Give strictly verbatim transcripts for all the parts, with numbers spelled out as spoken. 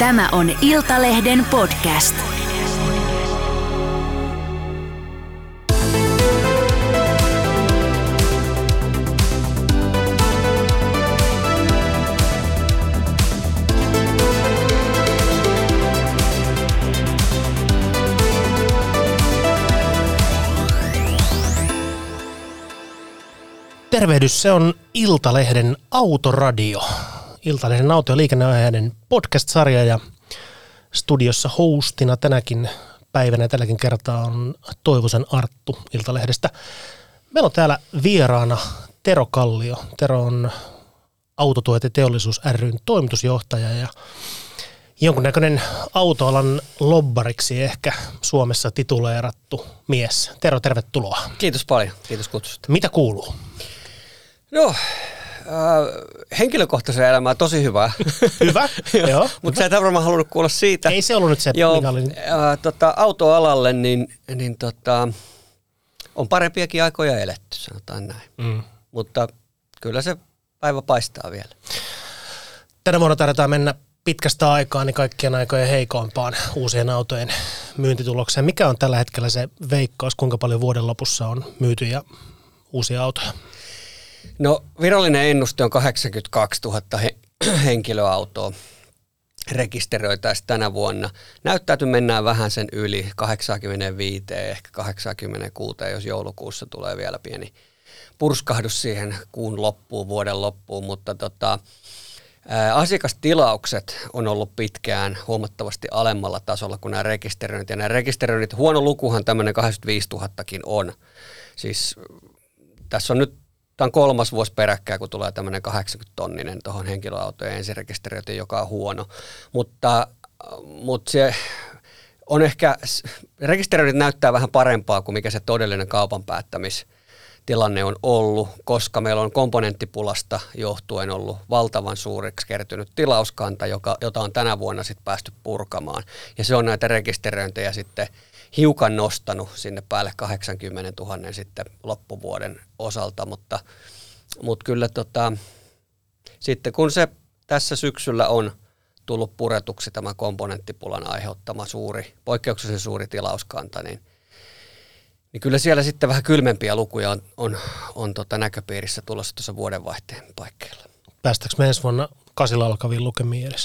Tämä on Iltalehden podcast. Tervehdys, se on Iltalehden Autoradio. Iltalehden auto- ja liikenneaiheiden podcast-sarja ja studiossa hostina tänäkin päivänä tälläkin kertaa on Toivosen Arttu Iltalehdestä. Meillä on täällä vieraana Tero Kallio. Tero on Autotuote Teollisuus ry:n toimitusjohtaja ja jonkunnäköinen autoalan lobbariksi ehkä Suomessa tituleerattu mies. Tero, tervetuloa. Kiitos paljon, kiitos kutsusta. Mitä kuuluu? No, äh, henkilökohtaisen elämää tosi hyvää. Hyvä, joo. Mutta sä et varmaan halunnut kuulla siitä. Ei se ollut nyt se, joo, mikä oli. Äh, tota, autoalalle niin, niin tota, on parempiakin aikoja eletty, sanotaan näin. Mm. Mutta kyllä se päivä paistaa vielä. Tänä vuonna tarvitaan mennä pitkästä aikaa niin kaikkien aikojen heikoimpaan uusien autojen myyntitulokseen. Mikä on tällä hetkellä se veikkaus, kuinka paljon vuoden lopussa on myytyjä uusia autoja? No, virallinen ennuste on kahdeksankymmentäkaksituhatta he- henkilöautoa rekisteröitäisiin tänä vuonna. Näyttäyty mennään vähän sen yli, kahdeksankymmentäviisi, ehkä kahdeksankymmentäkuusi, jos joulukuussa tulee vielä pieni purskahdus siihen kuun loppuun, vuoden loppuun, mutta tota, ää, asiakastilaukset on ollut pitkään huomattavasti alemmalla tasolla kuin nämä rekisteröinnit. Ja nämä rekisteröinnit, huono lukuhan tämmöinen kahdeksankymmentäviisituhattakin on. Siis tässä on nyt Tämä on kolmas vuosi peräkkäin, kun tulee tämmöinen kahdeksankymmentä-tonninen tuohon henkilöautojen ensirekisteröinti, joka on huono. Mutta, mutta se on ehkä, rekisteröinnit näyttää vähän parempaa kuin mikä se todellinen kaupan päättämistilanne on ollut, koska meillä on komponenttipulasta johtuen ollut valtavan suureksi kertynyt tilauskanta, joka, jota on tänä vuonna sitten päästy purkamaan. Ja se on näitä rekisteröintejä sitten hiukan nostanut sinne päälle kahdeksankymmentätuhatta sitten loppuvuoden osalta, mutta, mutta kyllä tota, sitten kun se tässä syksyllä on tullut puretuksi tämä komponenttipulan aiheuttama suuri, poikkeuksellisen suuri tilauskanta, niin, niin kyllä siellä sitten vähän kylmempiä lukuja on, on, on tota näköpiirissä tulossa tuossa vuodenvaihteen paikkeilla. Päästäänkö me ensi vuonna kasilla alkaviin lukemiin edes?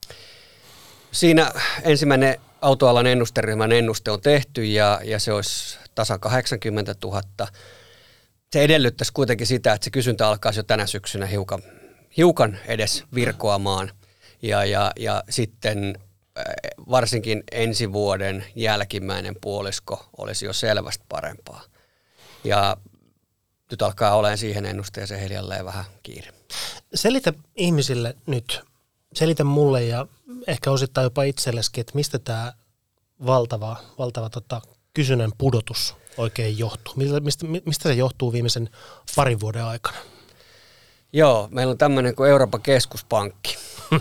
Siinä ensimmäinen autoalan ennusteryhmän ennuste on tehty ja, ja se olisi tasan kahdeksankymmentätuhatta. Se edellyttäisi kuitenkin sitä, että se kysyntä alkaisi jo tänä syksynä hiukan, hiukan edes virkoamaan ja, ja, ja sitten varsinkin ensi vuoden jälkimmäinen puolisko olisi jo selvästi parempaa. Ja nyt alkaa olemaan siihen ennusteeseen hiljalleen vähän kiire. Selitä ihmisille nyt, selitä mulle ja ehkä osittain jopa itselleskin, että mistä tämä valtava, valtava tota, kysynnän pudotus oikein johtuu? Mistä, mistä, mistä se johtuu viimeisen parin vuoden aikana? Joo, meillä on tämmöinen kuin Euroopan keskuspankki.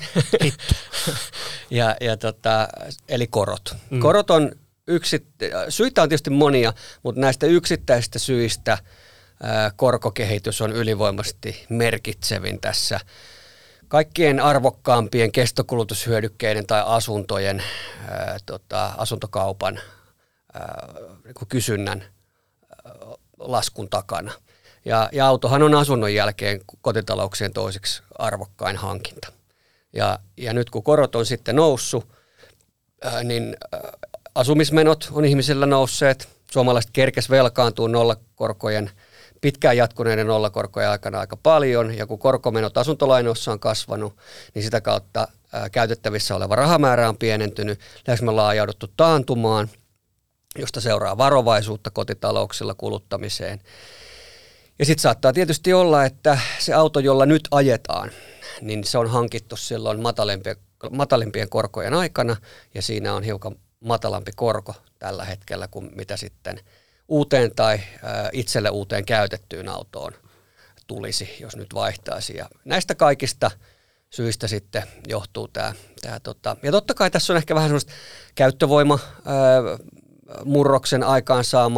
ja, ja tota, eli korot. Mm. Korot on yksi, syitä on tietysti monia, mutta näistä yksittäisistä syistä ää, korkokehitys on ylivoimaisesti merkitsevin tässä. Kaikkien arvokkaampien kestokulutushyödykkeiden tai asuntojen, ää, tota, asuntokaupan ää, kysynnän ää, laskun takana. Ja, ja autohan on asunnon jälkeen kotitalouksien toiseksi arvokkain hankinta. Ja, ja nyt kun korot on sitten noussut, ää, niin ää, asumismenot on ihmisillä nousseet. Suomalaiset kerkes velkaantuu nollakorkojen pitkään jatkuneiden nollakorkojen aikana aika paljon, ja kun korkomenot asuntolainoissa on kasvanut, niin sitä kautta ää, käytettävissä oleva rahamäärä on pienentynyt. Lähes me ollaan ajauduttu taantumaan, josta seuraa varovaisuutta kotitalouksilla kuluttamiseen. Ja sitten saattaa tietysti olla, että se auto, jolla nyt ajetaan, niin se on hankittu silloin matalimpien, matalimpien korkojen aikana, ja siinä on hiukan matalampi korko tällä hetkellä kuin mitä sitten uuteen tai itselle uuteen käytettyyn autoon tulisi, jos nyt vaihtaisi. Ja näistä kaikista syistä sitten johtuu tämä. tämä tota. Ja totta kai tässä on ehkä vähän semmoista käyttövoimamurroksen aikaansaamaa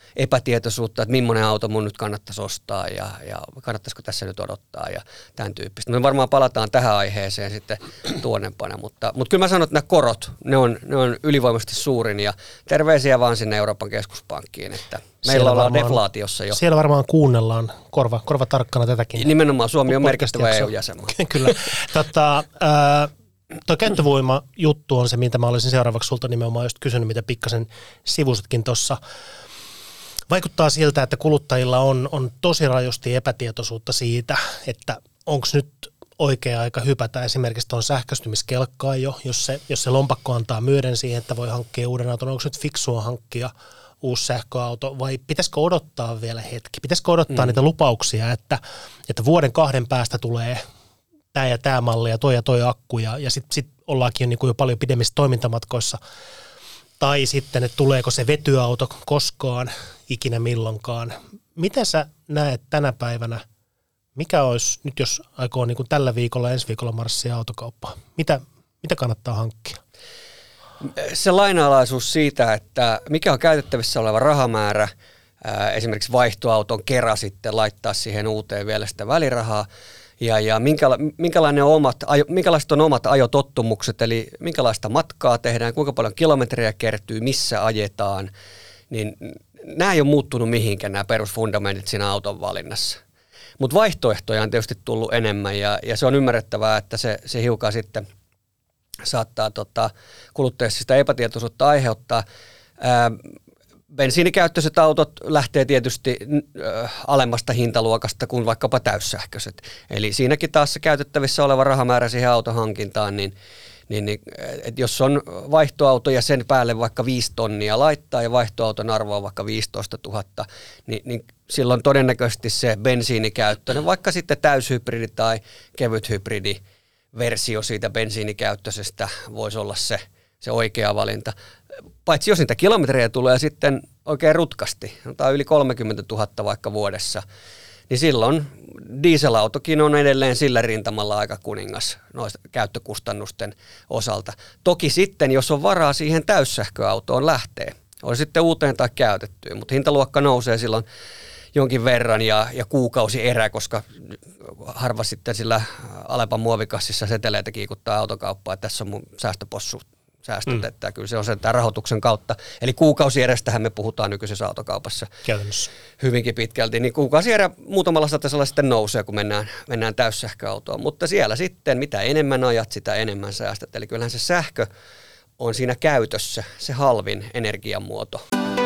epätietoisuutta, että millainen auto mun nyt kannattaisi ostaa ja, ja kannattaisiko tässä nyt odottaa ja tämän tyyppistä. Me varmaan palataan tähän aiheeseen sitten tuonnempana, mutta, mutta kyllä mä sanon, että nämä korot, ne on, ne on ylivoimaisesti suurin ja terveisiä vaan sinne Euroopan keskuspankkiin, että meillä ollaan varmaan deflaatiossa jo. Siellä varmaan kuunnellaan korva, korva tarkkana tätäkin. Nimenomaan Suomi on merkittävä E U-jäsenmaa. Kyllä. Tota, äh, Tuo käyttövoima-juttu on se, mitä mä olisin seuraavaksi sulta nimenomaan just kysynyt, mitä pikkasen sivusitkin tuossa. Vaikuttaa siltä, että kuluttajilla on, on tosi rajusti epätietoisuutta siitä, että onko nyt oikea aika hypätä esimerkiksi tuon sähköistymiskelkkaan jo, jos se, jos se lompakko antaa myöden siihen, että voi hankkia uuden auton. Onko nyt fiksua hankkia uusi sähköauto vai pitäisikö odottaa vielä hetki? Pitäisikö odottaa mm. niitä lupauksia, että, että vuoden kahden päästä tulee tämä ja tämä malli ja toi ja toi akku ja, ja sitten sit ollaankin jo, niin kuin jo paljon pidemmissä toimintamatkoissa. Tai sitten, että tuleeko se vetyauto koskaan, ikinä milloinkaan. Miten sä näet tänä päivänä, mikä olisi nyt jos aikoo niin kuin tällä viikolla ensi viikolla marssia autokauppaan? Mitä, mitä kannattaa hankkia? Se lainalaisuus siitä, että mikä on käytettävissä oleva rahamäärä, esimerkiksi vaihtoauton kera sitten laittaa siihen uuteen vielä sitä välirahaa, ja, ja minkäla, minkälainen on omat, minkälaiset on omat ajotottumukset, eli minkälaista matkaa tehdään, kuinka paljon kilometrejä kertyy, missä ajetaan, niin nämä ei ole muuttunut mihinkään, nämä perusfundamentit siinä auton valinnassa. Mutta vaihtoehtoja on tietysti tullut enemmän, ja, ja se on ymmärrettävää, että se, se hiukan sitten saattaa tota, kuluttajassa sitä epätietoisuutta aiheuttaa. Ää, bensiinikäyttöiset autot lähtee tietysti äh, alemmasta hintaluokasta kuin vaikkapa täyssähköiset. Eli siinäkin taas se käytettävissä oleva rahamäärä siihen autohankintaan, niin, niin, niin et jos on vaihtoauto ja sen päälle vaikka viisi tonnia laittaa ja vaihtoauton arvo on vaikka viisitoista tuhatta, niin, niin silloin todennäköisesti se bensiinikäyttöinen, vaikka sitten täyshybridi tai kevythybridi versio siitä bensiinikäyttöisestä voisi olla se, se oikea valinta. Paitsi jos niitä kilometrejä tulee sitten oikein rutkasti, sanotaan yli kolmekymmentätuhatta vaikka vuodessa, niin silloin dieselautokin on edelleen sillä rintamalla aika kuningas noista käyttökustannusten osalta. Toki sitten, jos on varaa siihen täyssähköautoon lähtee, on sitten uuteen tai käytettyyn, mutta hintaluokka nousee silloin jonkin verran ja, ja kuukausi erä, koska harva sitten sillä Alepan muovikassissa seteleitä kiikuttaa autokauppaa, että tässä on mun säästöpossu säästöt, mm. että kyllä se on sen rahoituksen kautta. Eli kuukausierästähän me puhutaan nykyisessä autokaupassa käytännössä hyvinkin pitkälti, niin kuukausierä muutamalla satasella sitten nousee, kun mennään, mennään täyssähköautoon, mutta siellä sitten mitä enemmän ajat, sitä enemmän säästät. Eli kyllähän se sähkö on siinä käytössä se halvin energiamuoto.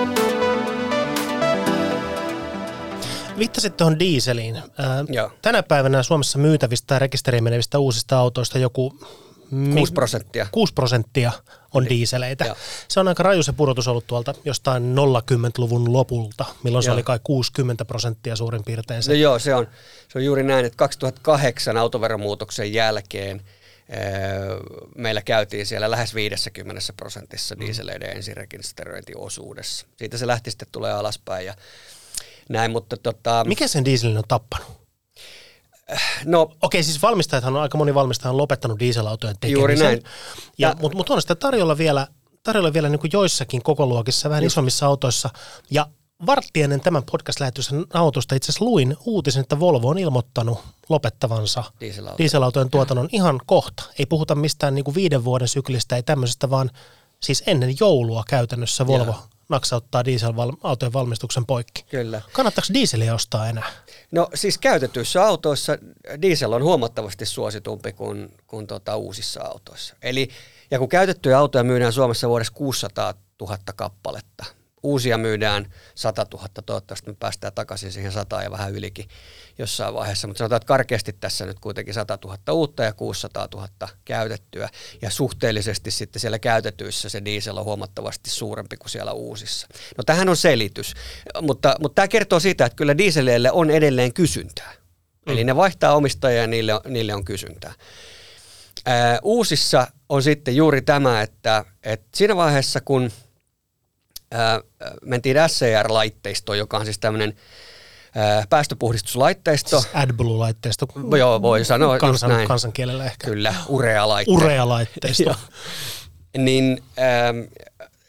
Viittasit tuohon dieseliin. Ää, tänä päivänä Suomessa myytävistä tai rekisteriin menevistä uusista autoista joku kuusi prosenttia. kuusi prosenttia on dieseleitä. Ja. Se on aika raju se pudotus ollut tuolta jostain nollakymmentäluvun lopulta, milloin ja. se oli kai kuusikymmentä prosenttia suurin piirtein. Se. No joo, se on, se on juuri näin, että kaksituhattakahdeksan autoveromuutoksen jälkeen meillä käytiin siellä lähes viisikymmentä prosentissa dieseleiden mm. ensirekisteröintiosuudessa. Siitä se lähti sitten tulee alaspäin ja näin, mutta tota... Mikä sen dieselin on tappanut? No, okei, siis valmistajathan on, aika moni valmistaja on lopettanut dieselautojen tekemisen. Juuri näin. Ja, mutta mut on sitä tarjolla vielä, tarjolla vielä niin kuin joissakin kokoluokissa, vähän Just. isommissa autoissa. Ja vartti ennen tämän podcast-lähetyksen autosta itse asiassa luin uutisen, että Volvo on ilmoittanut lopettavansa dieselautojen, dieselautojen tuotannon ihan kohta. Ei puhuta mistään niin kuin viiden vuoden syklistä, ei tämmöisestä, vaan siis ennen joulua käytännössä Volvo ja. naksauttaa dieselautojen valmistuksen poikki. Kyllä. Kannattaako dieseliä ostaa enää? No siis käytetyissä autoissa diesel on huomattavasti suositumpi kuin, kuin tuota, uusissa autoissa. Eli, ja kun käytettyjä autoja myydään Suomessa vuodessa kuusisataatuhatta kappaletta, uusia myydään sata tuhatta, toivottavasti me päästään takaisin siihen sataan ja vähän ylikin jossain vaiheessa, mutta sanotaan, että karkeasti tässä nyt kuitenkin sata tuhatta uutta ja kuusisataatuhatta käytettyä, ja suhteellisesti sitten siellä käytetyissä se diesel on huomattavasti suurempi kuin siellä uusissa. No tämähän on selitys, mutta, mutta tämä kertoo siitä, että kyllä dieseleille on edelleen kysyntää, mm. eli ne vaihtaa omistajia ja niille, niille on kysyntää. Ää, uusissa on sitten juuri tämä, että, että siinä vaiheessa kun ää, mentiin S C R-laitteistoon, joka on siis tämmöinen päästöpuhdistuslaitteisto. Siis AdBlue-laitteisto. Joo, voi sanoa Kansan, näin. Kansankielellä ehkä. Kyllä, urea-laitteisto. Urea-laitteisto. niin ähm,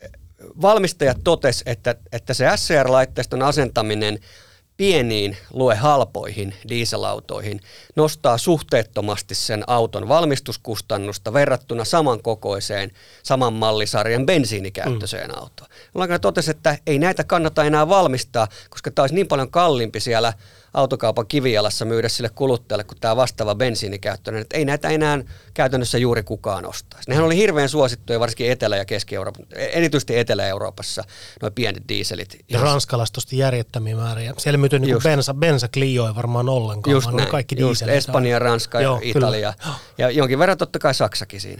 valmistajat totes, että, että se S C R-laitteiston asentaminen pieniin lue halpoihin dieselautoihin nostaa suhteettomasti sen auton valmistuskustannusta verrattuna samankokoiseen, saman mallisarjan bensiinikäyttöiseen mm. autoon. Jolloin totesi, että ei näitä kannata enää valmistaa, koska tämä olisi niin paljon kalliimpi siellä autokaupan kivijalassa myydä sille kuluttajalle kuin tämä vastaava bensiinikäyttöinen, että ei näitä enää käytännössä juuri kukaan ostaisi. Nehän oli hirveän suosittuja varsinkin Etelä- ja Keski-Euroopassa, erityisesti Etelä-Euroopassa, nuo pienet dieselit. Ja ranskalaiset osti järjettömiä määriä. Siellä myyty niin bensa, bensa Clio ei varmaan ollenkaan, just vaan näin, kaikki just dieselit. Espanja, Ranska, Joo, Italia kyllä. Ja jonkin verran totta kai Saksakin siinä.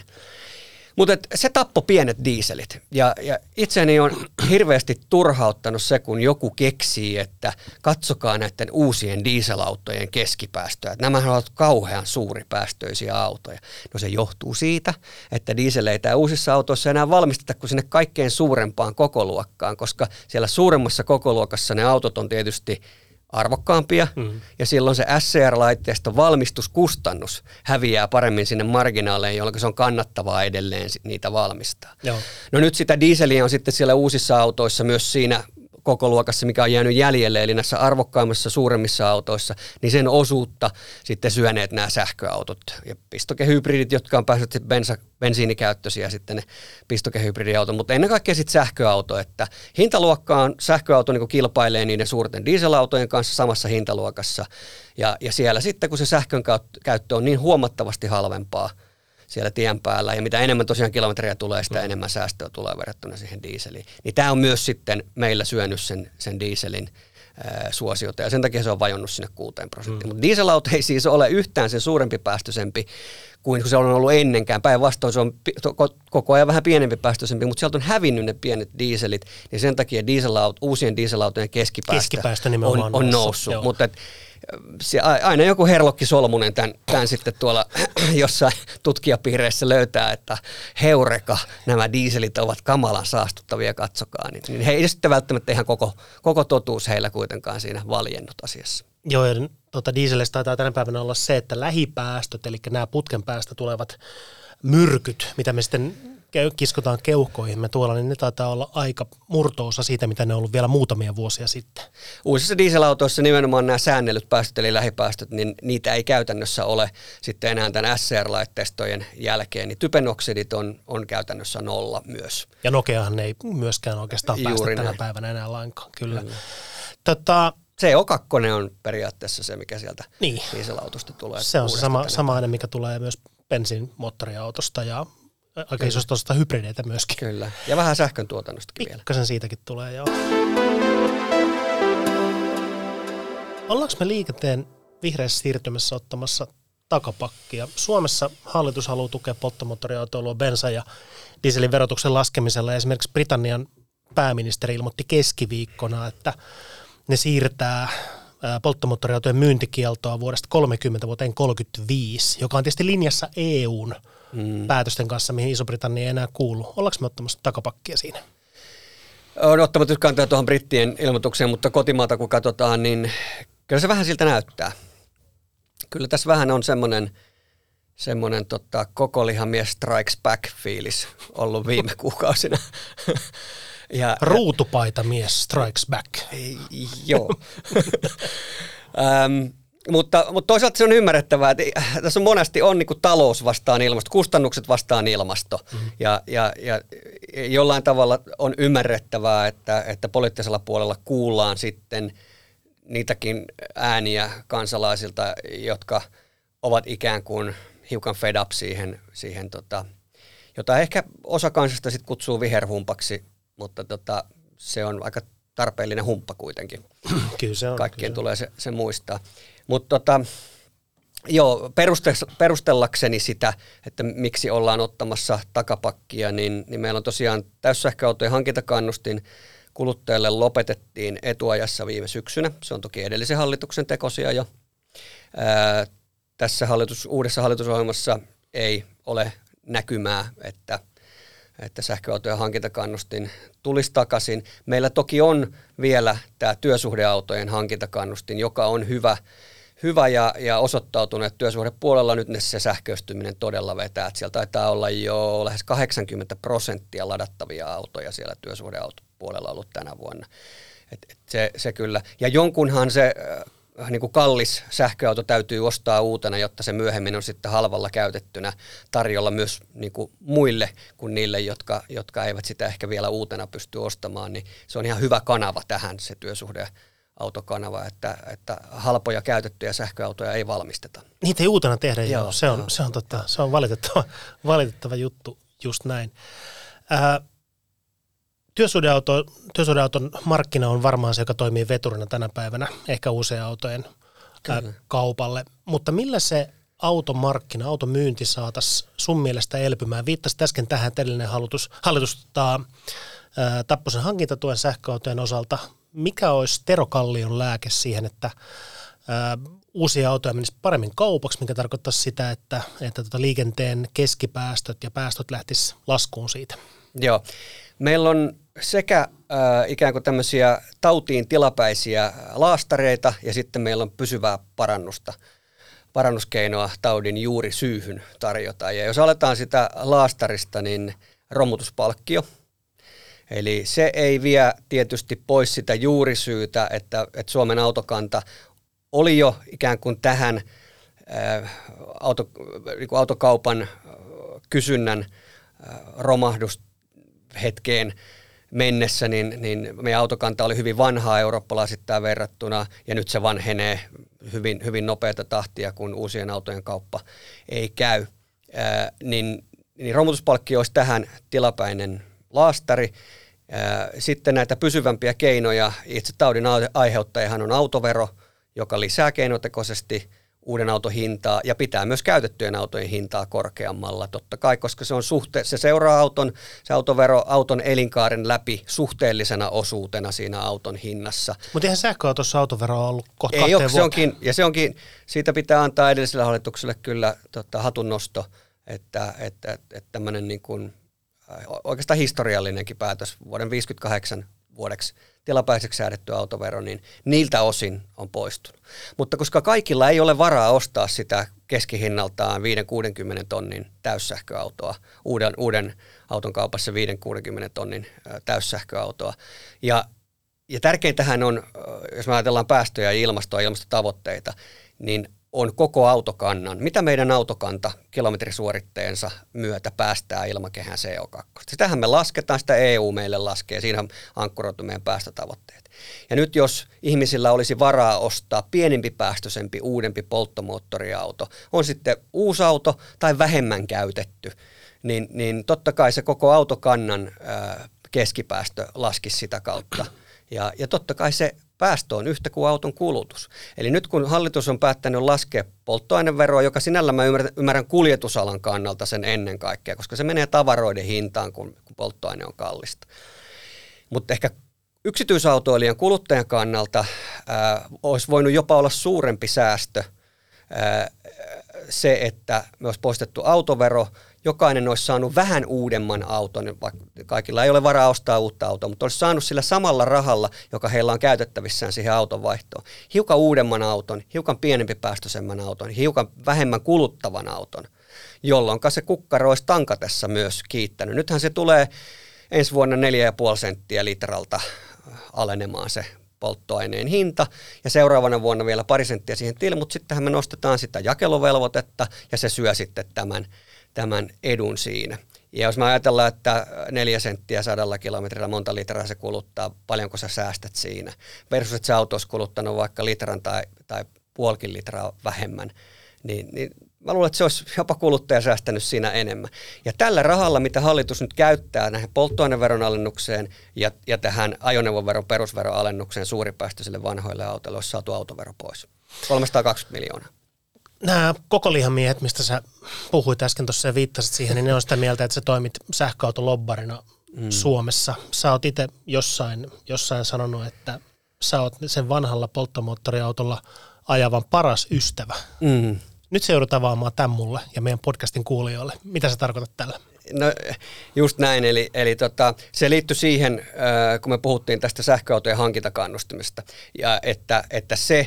Mutta se tappoi pienet dieselit ja, ja itseäni on hirveästi turhauttanut se, kun joku keksii, että katsokaa näiden uusien dieselautojen keskipäästöjä. Että nämähän ovat kauhean suuripäästöisiä autoja. No se johtuu siitä, että dieseleitä ei uusissa autoissa enää valmisteta kuin sinne kaikkein suurempaan kokoluokkaan, koska siellä suuremmassa kokoluokassa ne autot on tietysti arvokkaampia, mm. ja silloin se S C R-laitteiston valmistuskustannus häviää paremmin sinne marginaaleihin, jolloin se on kannattavaa edelleen niitä valmistaa. Joo. No nyt sitä dieseliä on sitten siellä uusissa autoissa myös siinä kokoluokassa, mikä on jäänyt jäljelle, eli näissä arvokkaimmissa suuremmissa autoissa, niin sen osuutta sitten syöneet nämä sähköautot ja pistokehybridit, jotka on päässyt bensa, bensiinikäyttöisiä sitten ne pistokehybridiautot, mutta ennen kaikkea sitten sähköauto, että hintaluokkaan sähköauto niin kilpailee niiden suurten dieselautojen kanssa samassa hintaluokassa ja, ja siellä sitten kun se sähkön käyttö on niin huomattavasti halvempaa siellä tien päällä, ja mitä enemmän tosiaan kilometriä tulee, sitä mm. enemmän säästöä tulee verrattuna siihen dieseliin. Niin tämä on myös sitten meillä syönyt sen, sen dieselin ää, suosiota, ja sen takia se on vajonnut sinne kuuteen prosenttiin. Mm. Mutta dieselauto ei siis ole yhtään sen suurempi päästöisempi kuin se on ollut ennenkään. Päinvastoin se on koko ajan vähän pienempi päästöisempi, mutta sieltä on hävinnyt ne pienet dieselit, niin sen takia dieselaut, uusien dieselautojen keskipäästö, keskipäästö on, on noussut. Mutta et, se, aina joku Herlokki Solmunen tämän, tämän sitten tuolla jossain tutkijapiireissä löytää, että heureka, nämä dieselit ovat kamalan saastuttavia, katsokaa. Niin, niin he ei sitten välttämättä ihan koko, koko totuus heillä kuitenkaan siinä valjennut asiassa. Joo, ja tuota, dieselistä taitaa tänä päivänä olla se, että lähipäästöt, eli nämä putken päästä tulevat myrkyt, mitä me sitten kiskotaan keuhkoihimme tuolla, niin ne taitaa olla aika murto-osa siitä, mitä ne on ollut vielä muutamia vuosia sitten. Uusissa dieselautoissa nimenomaan nämä säännellyt päästöt, eli lähipäästöt, niin niitä ei käytännössä ole sitten enää tämän S C R-laitteistojen jälkeen, niin typenoksidit on, on käytännössä nolla myös. Ja Nokiahan ei myöskään oikeastaan päästä Juuri tänä näin. päivänä enää lainkaan, kyllä. kyllä. Tota, C O kaksi on periaatteessa se, mikä sieltä niin. dieselautosta tulee. Se on se sama, sama aine, mikä tulee myös bensiinimoottoriautosta ja aika isosta osasta hybrideitä myöskin. Kyllä, ja vähän sähkön tuotannostakin vielä. Pikkasen siitäkin tulee, joo. Ollaanko me liikenteen vihreässä siirtymässä ottamassa takapakkia? Suomessa hallitus haluaa tukea polttomoottoriautoilua bensa- ja dieselin verotuksen laskemisella. Esimerkiksi Britannian pääministeri ilmoitti keskiviikkona, että ne siirtää polttomoottoriautojen myyntikieltoa vuodesta kolmekymmentä vuoteen kolmekymmentäviisi, joka on tietysti linjassa E U:n mm. päätösten kanssa, mihin Iso-Britannia ei enää kuulu. Ollaanko me ottamassa takapakkia siinä? On ottamatta kantaa tuohon brittien ilmoitukseen, mutta kotimaata kun katsotaan, niin kyllä se vähän siltä näyttää. Kyllä tässä vähän on semmoinen, semmoinen tota, koko lihamies strikes back -fiilis ollut viime kuukausina. Ja, Ruutupaita mies strikes back. Joo. ähm, mutta, mutta toisaalta se on ymmärrettävää, että tässä on monesti on niin kuin talous vastaan ilmasto, kustannukset vastaan ilmasto. Mm-hmm. Ja, ja, ja jollain tavalla on ymmärrettävää, että, että poliittisella puolella kuullaan sitten niitäkin ääniä kansalaisilta, jotka ovat ikään kuin hiukan fed up siihen, siihen tota, jota ehkä osa kansasta sitten kutsuu viherhumpaksi, mutta tota, se on aika tarpeellinen humppa kuitenkin. Kyllä se on. Kaikkien kyllä. tulee se, se muistaa. Mutta tota, joo, perustellakseni sitä, että miksi ollaan ottamassa takapakkia, niin, niin meillä on tosiaan täyssähköautojen hankintakannustin kuluttajalle lopetettiin etuajassa viime syksynä. Se on toki edellisen hallituksen tekosia jo. Ää, tässä hallitus, uudessa hallitusohjelmassa ei ole näkymää, että että sähköautojen hankintakannustin tulisi takaisin. Meillä toki on vielä tämä työsuhdeautojen hankintakannustin, joka on hyvä, hyvä ja, ja osoittautunut, että työsuhdepuolella nyt se sähköistyminen todella vetää. Että siellä taitaa olla jo lähes kahdeksankymmentä prosenttia ladattavia autoja siellä työsuhdeautopuolella ollut tänä vuonna. Et, et se, se kyllä. Ja jonkunhan se äh, niin kuin kallis sähköauto täytyy ostaa uutena, jotta se myöhemmin on sitten halvalla käytettynä tarjolla myös niin kuin muille kuin niille, jotka, jotka eivät sitä ehkä vielä uutena pysty ostamaan. Niin se on ihan hyvä kanava tähän, se työsuhdeautokanava, että, että halpoja käytettyjä sähköautoja ei valmisteta. Niitä ei uutena tehdä, joo, joo. Se, on, se, on totta, se on valitettava, valitettava juttu, just näin. Äh, Työsuhdeauto, työsuhdeauton markkina on varmaan se, joka toimii veturina tänä päivänä, ehkä uusien autojen ää, kaupalle. Mutta millä se automarkkina, automyynti saataisiin sun mielestä elpymään? Viittasit äsken tähän, että edellinen hallitus, hallitus taa, ää, tappoi sen hankintatuen sähköautojen osalta. Mikä olisi Tero Kallion lääke siihen, että ää, uusia autoja menisi paremmin kaupaksi, mikä tarkoittaisi sitä, että, että tota liikenteen keskipäästöt ja päästöt lähtisivät laskuun siitä? Joo. Meillä on sekä äh, ikään kuin tämmöisiä tautiin tilapäisiä laastareita ja sitten meillä on pysyvää parannusta, parannuskeinoa taudin juuri syyhyn tarjota. Ja jos aletaan sitä laastarista, niin romutuspalkkio. Eli se ei vie tietysti pois sitä juurisyytä, että, että Suomen autokanta oli jo ikään kuin tähän äh, auto, niin kuin autokaupan kysynnän äh, romahdus hetkeen mennessä, niin, niin meidän autokanta oli hyvin vanhaa eurooppalaisittain verrattuna, ja nyt se vanhenee hyvin, hyvin nopeata tahtia, kun uusien autojen kauppa ei käy. Ää, niin, niin romutuspalkkio olisi tähän tilapäinen laastari. Ää, sitten näitä pysyvämpiä keinoja, itse taudin aiheuttajahan on autovero, joka lisää keinotekoisesti uuden auton hintaa ja pitää myös käytettyjen autojen hintaa korkeammalla, totta kai, koska se on suhte- se seuraa auton, se autovero auton elinkaaren läpi suhteellisena osuutena siinä auton hinnassa. Mutta eihän sähköautossa autovero on ollut kohta kahteen vuoteen. Se onkin, ja se onkin, siitä pitää antaa edelliselle hallitukselle kyllä tota, hatunnosto, että, että, että, että tämmöinen niin kuin, oikeastaan historiallinenkin päätös vuoden viisikymmentäkahdeksan vuodeksi tilapäiseksi säädetty autovero, niin niiltä osin on poistunut. Mutta koska kaikilla ei ole varaa ostaa sitä keskihinnaltaan viisikymmentä kuusikymmentä tonnin täyssähköautoa, uuden, uuden auton kaupassa viisikymmentä kuusikymmentä tonnin täyssähköautoa. Ja, ja tärkeintähän on, jos me ajatellaan päästöjä ja ilmastoa ja ilmastotavoitteita, niin on koko autokannan, mitä meidän autokanta kilometrisuoritteensa myötä päästää ilmakehään C O kaksi. Sitähän me lasketaan, sitä E U meille laskee, siinä on ankkuroitu meidän päästötavoitteet. Ja nyt jos ihmisillä olisi varaa ostaa pienempi päästöisempi, uudempi polttomoottoriauto, on sitten uusi auto tai vähemmän käytetty, niin, niin totta kai se koko autokannan ää, keskipäästö laskisi sitä kautta. Ja, ja totta kai se päästö on yhtä kuin auton kulutus. Eli nyt kun hallitus on päättänyt laskea polttoaineveroa, joka sinällä mä ymmärrän, ymmärrän kuljetusalan kannalta sen ennen kaikkea, koska se menee tavaroiden hintaan, kun, kun polttoaine on kallista. Mutta ehkä yksityisautoilijan kuluttajan kannalta ää, olisi voinut jopa olla suurempi säästö ää, se, että me olisi poistettu autovero, jokainen olisi saanut vähän uudemman auton, vaikka kaikilla ei ole varaa ostaa uutta autoa, mutta olisi saanut sillä samalla rahalla, joka heillä on käytettävissään siihen auton vaihtoon, hiukan uudemman auton, hiukan pienempi päästöisemmän auton, hiukan vähemmän kuluttavan auton, jolloin se kukkaro olisi tankatessa myös kiittänyt. Nythän se tulee ensi vuonna neljä pilkku viisi senttiä litralta alenemaan se polttoaineen hinta, ja seuraavana vuonna vielä pari senttiä siihen til, mutta sittenhän me nostetaan sitä jakeluvelvoitetta, ja se syö sitten tämän tämän edun siinä. Ja jos me ajatellaan, että neljä senttiä sadalla kilometrillä monta litraa se kuluttaa, paljonko sä säästät siinä, versus että se auto olisi kuluttanut vaikka litran tai, tai puolikin litraa vähemmän, niin, niin mä luulen, että se olisi jopa kuluttaja säästänyt siinä enemmän. Ja tällä rahalla, mitä hallitus nyt käyttää näihin polttoaineveron alennukseen ja, ja tähän ajoneuvoveron perusveron alennukseen suuripäästöisille vanhoille autoille, olisi saatu autovero pois. kolmesataakaksikymmentä miljoonaa. Nämä koko lihamiehet, mistä sä puhuit äsken tuossa ja viittasit siihen, niin ne on sitä mieltä, että sä toimit sähköautolobbarina mm. Suomessa. Sä oot itse jossain, jossain sanonut, että sä oot sen vanhalla polttomoottoriautolla ajavan paras ystävä. Mm. Nyt se joudut avaamaan tämän mulle ja meidän podcastin kuulijoille. Mitä sä tarkoitat tällä? No just näin, eli, eli tota, se liittyi siihen, kun me puhuttiin tästä sähköautojen hankintakannustimesta, ja että, että se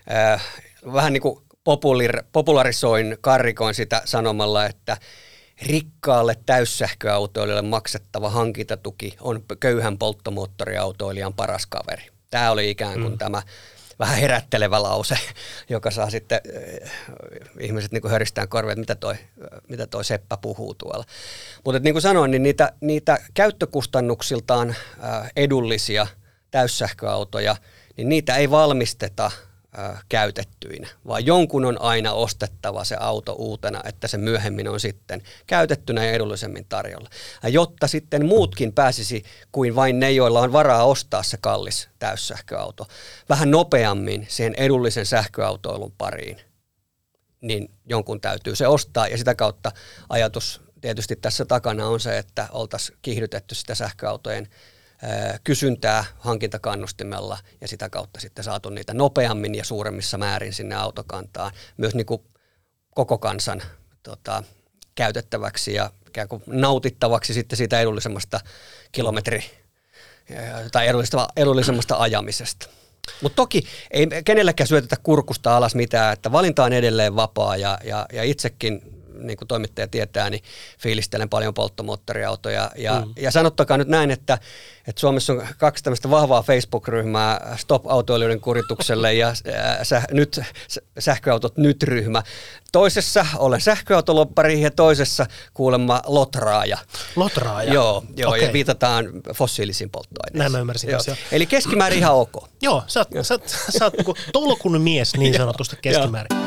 Äh, vähän niin kuin populir, popularisoin, karrikoin sitä sanomalla, että rikkaalle täyssähköautoilijalle maksettava hankintatuki on köyhän polttomoottoriautoilijan paras kaveri. Tämä oli ikään kuin mm. tämä vähän herättelevä lause, joka saa sitten äh, ihmiset niin kuin höristään korvia, että mitä toi, mitä toi Seppä puhuu tuolla. Mutta niin kuin sanoin, niin niitä, niitä käyttökustannuksiltaan äh, edullisia täyssähköautoja, niin niitä ei valmisteta äh, käytettyinä, vaan jonkun on aina ostettava se auto uutena, että se myöhemmin on sitten käytettynä ja edullisemmin tarjolla. Ja jotta sitten muutkin pääsisi kuin vain ne, joilla on varaa ostaa se kallis täyssähköauto, vähän nopeammin siihen edullisen sähköautoilun pariin, niin jonkun täytyy se ostaa ja sitä kautta ajatus tietysti tässä takana on se, että oltaisiin kiihdytetty sitä sähköautojen kysyntää hankintakannustimella ja sitä kautta sitten saatu niitä nopeammin ja suuremmissa määrin sinne autokantaan myös niin kuin koko kansan tota, käytettäväksi ja ikään kuin nautittavaksi sitten siitä edullisemmasta kilometri- tai edullisemmasta, edullisemmasta ajamisesta. Mutta toki ei kenellekään syötetä kurkusta alas mitään, että valinta on edelleen vapaa ja, ja, ja itsekin niin kuin toimittaja tietää, niin fiilistelen paljon polttomoottoriautoja. Ja, mm. ja sanottakaa nyt näin, että, että Suomessa on kaksi tämmöistä vahvaa Facebook-ryhmää, Stop-autoilijoiden kuritukselle ja säh, nyt, sähköautot nyt-ryhmä. Toisessa olen sähköautoloppari ja toisessa kuulemma lotraaja. Lotraaja? Joo, joo okay. Ja viitataan fossiilisiin polttoaineisiin. Näin mä ymmärsin. Joo. Eli keskimäärin ihan ok. Joo, sä oot, sä oot, sä oot tolkun mies niin sanotusti keskimäärin.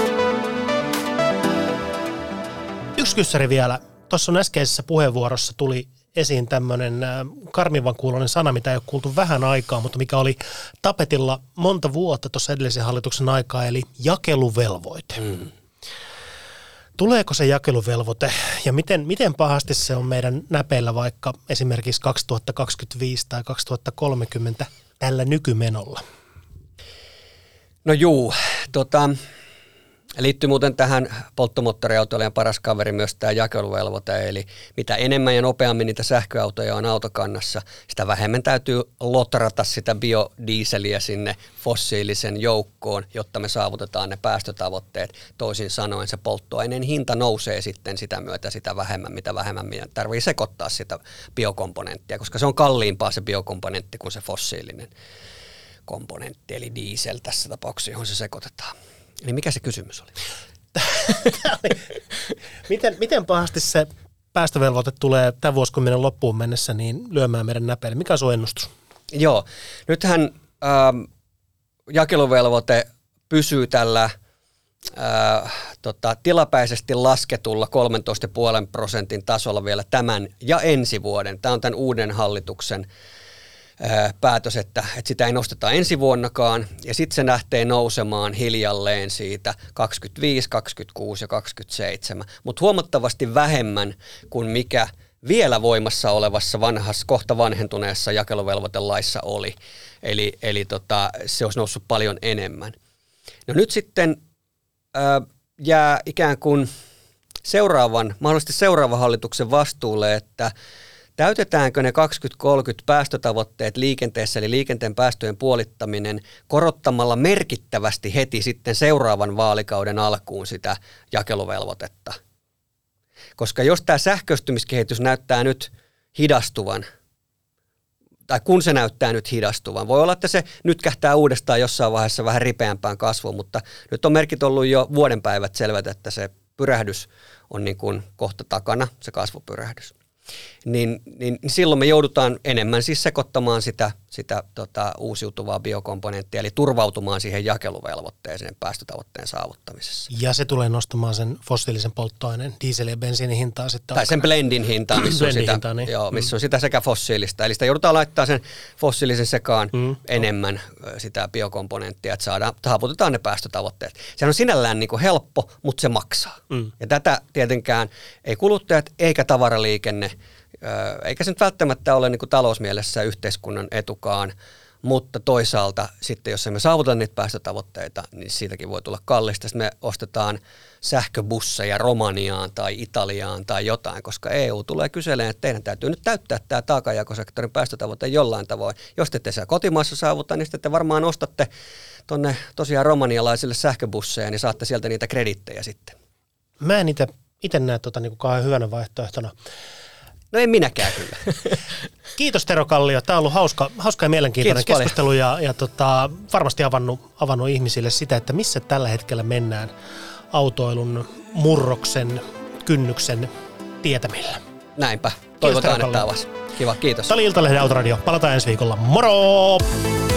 Yksi kyssäri vielä. Tuossa on äskeisessä puheenvuorossa tuli esiin tämmöinen karmivan kuuloinen sana, mitä ei ole kuultu vähän aikaa, mutta mikä oli tapetilla monta vuotta tuossa edellisen hallituksen aikaa, eli jakeluvelvoite. Mm. Tuleeko se jakeluvelvoite ja miten, miten pahasti se on meidän näpeillä vaikka esimerkiksi kaksituhattakaksikymmentäviisi tai kaksituhattakolmekymmentä tällä nykymenolla? No juu, tota... liittyy muuten tähän polttomoottoriautoilijan paras kaveri myös tämä jakeluvelvoite, eli mitä enemmän ja nopeammin niitä sähköautoja on autokannassa, sitä vähemmän täytyy lotrata sitä biodieseliä sinne fossiilisen joukkoon, jotta me saavutetaan ne päästötavoitteet. Toisin sanoen se polttoaineen hinta nousee sitten sitä myötä sitä vähemmän, mitä vähemmän meidän tarvitsee sekoittaa sitä biokomponenttia, koska se on kalliimpaa se biokomponentti kuin se fossiilinen komponentti, eli diesel tässä tapauksessa, johon se sekoitetaan. Eli mikä se kysymys oli? miten, miten pahasti se päästövelvoite tulee tämän vuosikymmenen loppuun mennessä niin lyömään meidän näpeille? Mikä on sun ennustus? Joo, nythän ähm, jakeluvelvoite pysyy tällä äh, tota, tilapäisesti lasketulla kolmetoista pilkku viisi prosentin tasolla vielä tämän ja ensi vuoden. Tämä on tämän uuden hallituksen päätös, että, että sitä ei nosteta ensi vuonnakaan, ja sitten se lähtee nousemaan hiljalleen siitä kaksikymmentäviisi, kaksikymmentäkuusi ja kaksikymmentäseitsemän, mutta huomattavasti vähemmän kuin mikä vielä voimassa olevassa vanhassa, kohta vanhentuneessa jakeluvelvoitelaissa oli. Eli, eli tota, se olisi noussut paljon enemmän. No nyt sitten äh, jää ikään kuin seuraavan, mahdollisesti seuraavan hallituksen vastuulle, että täytetäänkö ne kaksituhattakolmekymmentä päästötavoitteet liikenteessä, eli liikenteen päästöjen puolittaminen, korottamalla merkittävästi heti sitten seuraavan vaalikauden alkuun sitä jakeluvelvoitetta? Koska jos tämä sähköistymiskehitys näyttää nyt hidastuvan, tai kun se näyttää nyt hidastuvan, voi olla, että se nyt kähtää uudestaan jossain vaiheessa vähän ripeämpään kasvuun, mutta nyt on merkit ollut jo vuoden päivät selvät, että se pyrähdys on niin kuin kohta takana, se kasvupyrähdys. Niin, niin silloin me joudutaan enemmän siis sekoittamaan sitä, sitä tota, uusiutuvaa biokomponenttia, eli turvautumaan siihen jakeluvelvoitteeseen päästötavoitteen saavuttamisessa. Ja se tulee nostamaan sen fossiilisen polttoaineen, dieselin ja bensiinin hintaa sitten. Tai sen blendin hintaa, missä, on sitä, hintaa, niin. joo, missä mm. on sitä sekä fossiilista. Eli sitä joudutaan laittaa sen fossiilisen sekaan mm. enemmän sitä biokomponenttia, että saadaan, saavutetaan ne päästötavoitteet. Se on sinällään niin kuin helppo, mutta se maksaa. Mm. Ja tätä tietenkään ei kuluttajat eikä tavaraliikenne, eikä se nyt välttämättä ole niin kuin talousmielessä yhteiskunnan etukaan, mutta toisaalta sitten, jos emme saavuta niitä päästötavoitteita, niin siitäkin voi tulla kallista. Sitten me ostetaan sähköbusseja Romaniaan tai Italiaan tai jotain, koska E U tulee kyselemään, että teidän täytyy nyt täyttää tämä taakanjakosektorin päästötavoite jollain tavoin. Jos te ette siellä kotimaassa saavuta, niin sitten te varmaan ostatte tuonne tosiaan romanialaisille sähköbusseja, niin saatte sieltä niitä kredittejä sitten. Mä en itse näe tota niin kuin kauhean hyvänä vaihtoehtona. No en minäkään kyllä. Kiitos Tero Kallio. Tämä on ollut hauska, hauska ja mielenkiintoinen Kiitos keskustelu ja, ja tota, varmasti avannut, avannut ihmisille sitä, että missä tällä hetkellä mennään autoilun murroksen, kynnyksen tietämillä. Näinpä. Toivotaan, Tero että avasi. Kiva, kiitos. Tämä oli Iltalehden Autoradio. Palataan ensi viikolla. Moro!